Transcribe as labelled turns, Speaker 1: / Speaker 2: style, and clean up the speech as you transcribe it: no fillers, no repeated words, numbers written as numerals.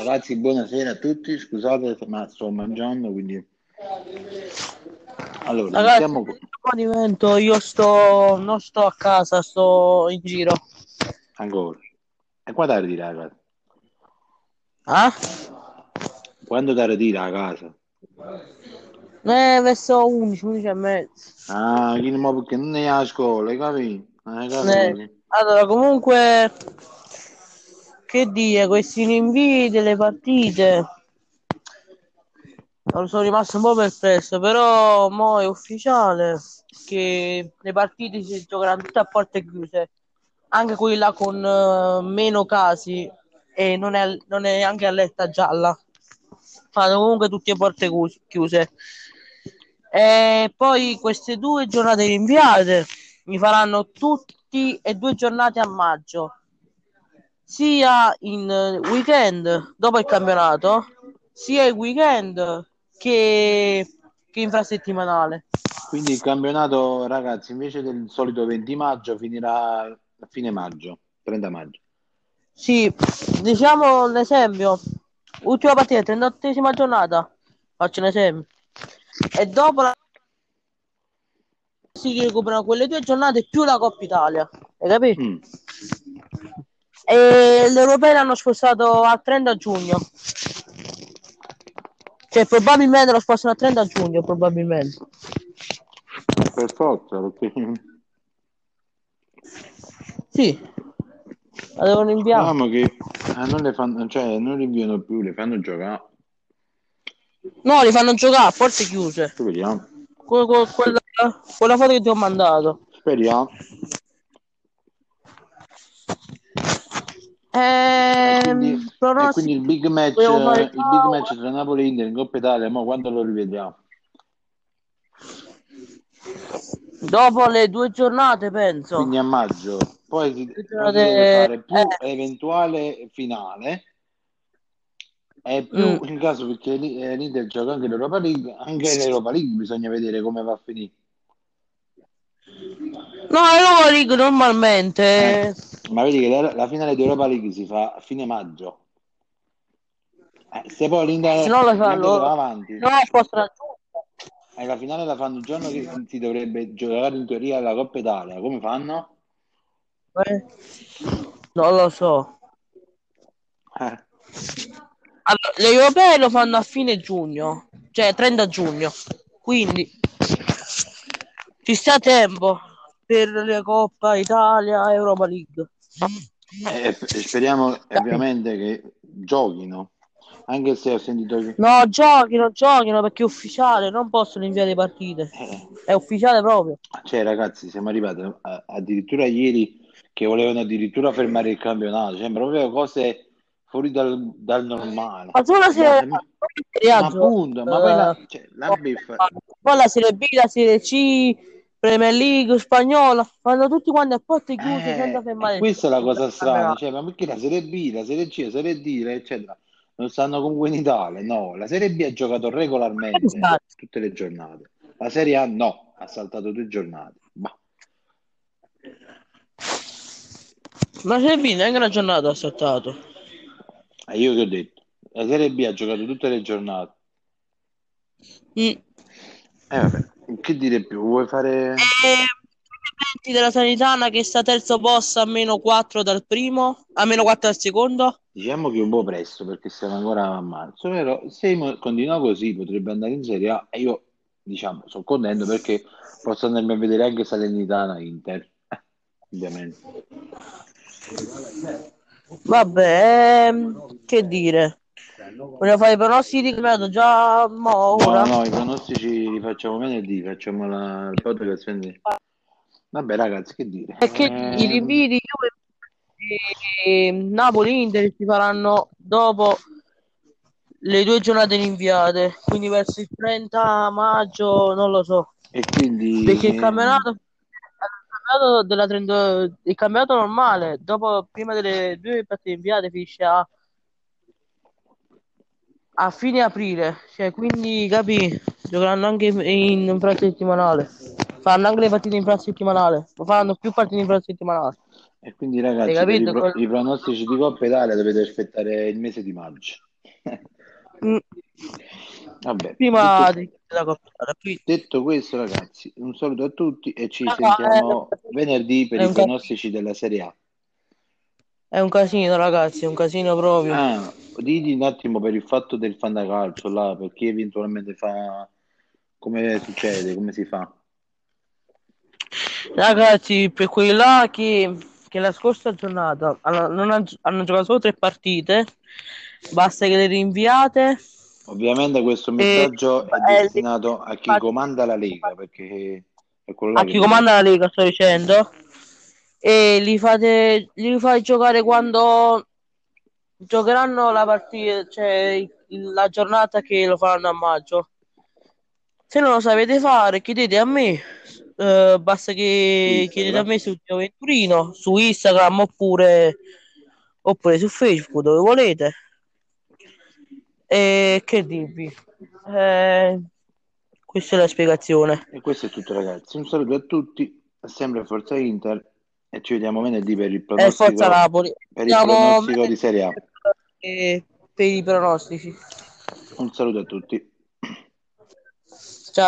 Speaker 1: Ragazzi, buonasera a tutti. Scusate, ma sto mangiando, quindi allora
Speaker 2: Ragazzi,
Speaker 1: iniziamo
Speaker 2: non sto a casa, sto in giro.
Speaker 1: ancora. E qua tardi, ragazzi.
Speaker 2: Ah?
Speaker 1: Quando tardi a casa?
Speaker 2: Verso 11, 11 e mezza.
Speaker 1: Ah, chi ma perché non è a scuola, hai capito? Hai capito?
Speaker 2: Allora, comunque, che dire, questi rinvii delle partite, sono rimasto un po' perplesso, però mo è ufficiale che le partite si giocheranno tutte a porte chiuse, anche quella con meno casi e non è neanche allerta gialla. Fanno comunque tutte a porte chiuse. E poi queste due giornate rinviate mi faranno tutti e due giornate a maggio, sia in weekend dopo il campionato, sia il weekend che infrasettimanale.
Speaker 1: Quindi il campionato, ragazzi, invece del solito 20 maggio, finirà a fine maggio, 30 maggio.
Speaker 2: Sì, diciamo un esempio, ultima partita, 38esima giornata, faccio un esempio, e dopo si recuperano quelle due giornate più la Coppa Italia, hai capito?
Speaker 1: Mm.
Speaker 2: E l'Europeo l'hanno spostato a 30 giugno, cioè probabilmente lo spostano a 30 giugno, probabilmente.
Speaker 1: Per forza, perché
Speaker 2: Sì, la devono inviare.
Speaker 1: speriamo che non le fanno, cioè non li inviano più, le fanno giocare.
Speaker 2: No, li fanno giocare a porte chiuse.
Speaker 1: Speriamo,
Speaker 2: Quella foto che ti ho mandato.
Speaker 1: speriamo. E quindi
Speaker 2: Pronostici, vogliamo fare
Speaker 1: il big match tra Napoli e Inter in Coppa Italia, ma quando lo rivediamo?
Speaker 2: dopo le due giornate, penso.
Speaker 1: Quindi a maggio,
Speaker 2: Due
Speaker 1: poi si deve
Speaker 2: giornate,
Speaker 1: fare più eventuale finale e più
Speaker 2: mm.
Speaker 1: in caso perché l'Inter gioca anche l'Europa League, anche l'Europa League bisogna vedere come va a finire.
Speaker 2: No, Europa League normalmente.
Speaker 1: Ma vedi che la finale di Europa League si fa a fine maggio. Se poi
Speaker 2: Se no lo
Speaker 1: l'Inter
Speaker 2: fanno.
Speaker 1: va avanti
Speaker 2: No, possono aggiungere.
Speaker 1: e la finale la fanno il giorno che si dovrebbe giocare in teoria la Coppa Italia, come fanno?
Speaker 2: Eh, Non lo so.
Speaker 1: Eh,
Speaker 2: Allora, le europee lo fanno a fine giugno, cioè 30 giugno. Quindi ci sta tempo per le Coppa Italia, Europa League.
Speaker 1: e speriamo ovviamente che giochino, anche se ho sentito che
Speaker 2: No, giochino perché è ufficiale, non possono inviare partite.
Speaker 1: eh,
Speaker 2: È ufficiale proprio.
Speaker 1: cioè ragazzi siamo arrivati addirittura ieri che volevano addirittura fermare il campionato, cioè proprio cose fuori dal normale.
Speaker 2: Ma solo se
Speaker 1: Ma
Speaker 2: viaggio,
Speaker 1: appunto, ma poi cioè, la beffa.
Speaker 2: poi la Serie B, la Serie C, Premier League spagnola, fanno tutti quanti a porte chiuse senza
Speaker 1: E
Speaker 2: fermare
Speaker 1: questa è la
Speaker 2: il
Speaker 1: cosa strana,
Speaker 2: campionato.
Speaker 1: cioè, ma perché la Serie B, la Serie C, la Serie D, eccetera, non stanno comunque in Italia? No, la Serie B ha giocato regolarmente tutte le giornate, la Serie A no, ha saltato 2 giornate. Ma
Speaker 2: Ma Serie B neanche una giornata ha saltato.
Speaker 1: io che ho detto, la Serie B ha giocato tutte le giornate.
Speaker 2: Mm.
Speaker 1: E vabbè, che dire più? Vuoi fare...
Speaker 2: Eventi della Sanitana che sta terzo posto a meno 4 dal primo, a meno 4 dal secondo.
Speaker 1: Diciamo che è un po' presto perché siamo ancora a marzo, però se continua così potrebbe andare in Serie A e io, diciamo, sono contento perché posso andarmi a vedere anche Salernitana Inter, ovviamente.
Speaker 2: Vabbè, che dire. Voglio fare i pronostici di campionato già
Speaker 1: No,
Speaker 2: ora.
Speaker 1: no, i pronostici li facciamo venerdì, facciamo il podcast venerdì. Vabbè ragazzi, che dire?
Speaker 2: Perché i rinvii di Juve e Napoli-Inter si faranno dopo le due giornate rinviate, quindi verso il 30 maggio, non lo so,
Speaker 1: E quindi
Speaker 2: perché il campionato normale, dopo, prima delle due partite rinviate, finisce a fine aprile, cioè quindi capi, giocheranno anche in infrasettimanale, faranno anche le partite infrasettimanale, faranno più partite infrasettimanale,
Speaker 1: e quindi,
Speaker 2: hai
Speaker 1: ragazzi, per
Speaker 2: capito?
Speaker 1: i pronostici di Coppa Italia dovete aspettare il mese di maggio.
Speaker 2: Mm,
Speaker 1: Vabbè,
Speaker 2: prima della coppia.
Speaker 1: detto questo, ragazzi, un saluto a tutti e ci
Speaker 2: No,
Speaker 1: sentiamo venerdì per
Speaker 2: è
Speaker 1: i
Speaker 2: un casino,
Speaker 1: pronostici della Serie A.
Speaker 2: è un casino, ragazzi, è un casino proprio.
Speaker 1: Ah, digli un attimo per il fatto del fantacalcio là, per chi eventualmente fa come succede, come si fa.
Speaker 2: Ragazzi, per quelli là che la scorsa giornata hanno giocato solo 3 partite, basta che le rinviate
Speaker 1: Ovviamente questo
Speaker 2: e
Speaker 1: messaggio è
Speaker 2: le-
Speaker 1: destinato a chi comanda la Lega, perché è quello là
Speaker 2: a
Speaker 1: che
Speaker 2: chi
Speaker 1: deve...
Speaker 2: comanda la Lega, sto dicendo, e li fate giocare quando giocheranno la partita, cioè la giornata che lo faranno a maggio. Se non lo sapete fare, chiedete a me. Basta
Speaker 1: Su
Speaker 2: che chiedete a
Speaker 1: Instagram.
Speaker 2: me su Gio Venturino, su Instagram oppure su Facebook, dove volete. E che dirvi? Eh, questa è la spiegazione.
Speaker 1: E questo è tutto, ragazzi. Un saluto a tutti, è sempre Forza Inter e ci vediamo venerdì
Speaker 2: E forza Napoli.
Speaker 1: per il
Speaker 2: Siamo
Speaker 1: pronostico di Serie A.
Speaker 2: per i pronostici.
Speaker 1: Un saluto a tutti.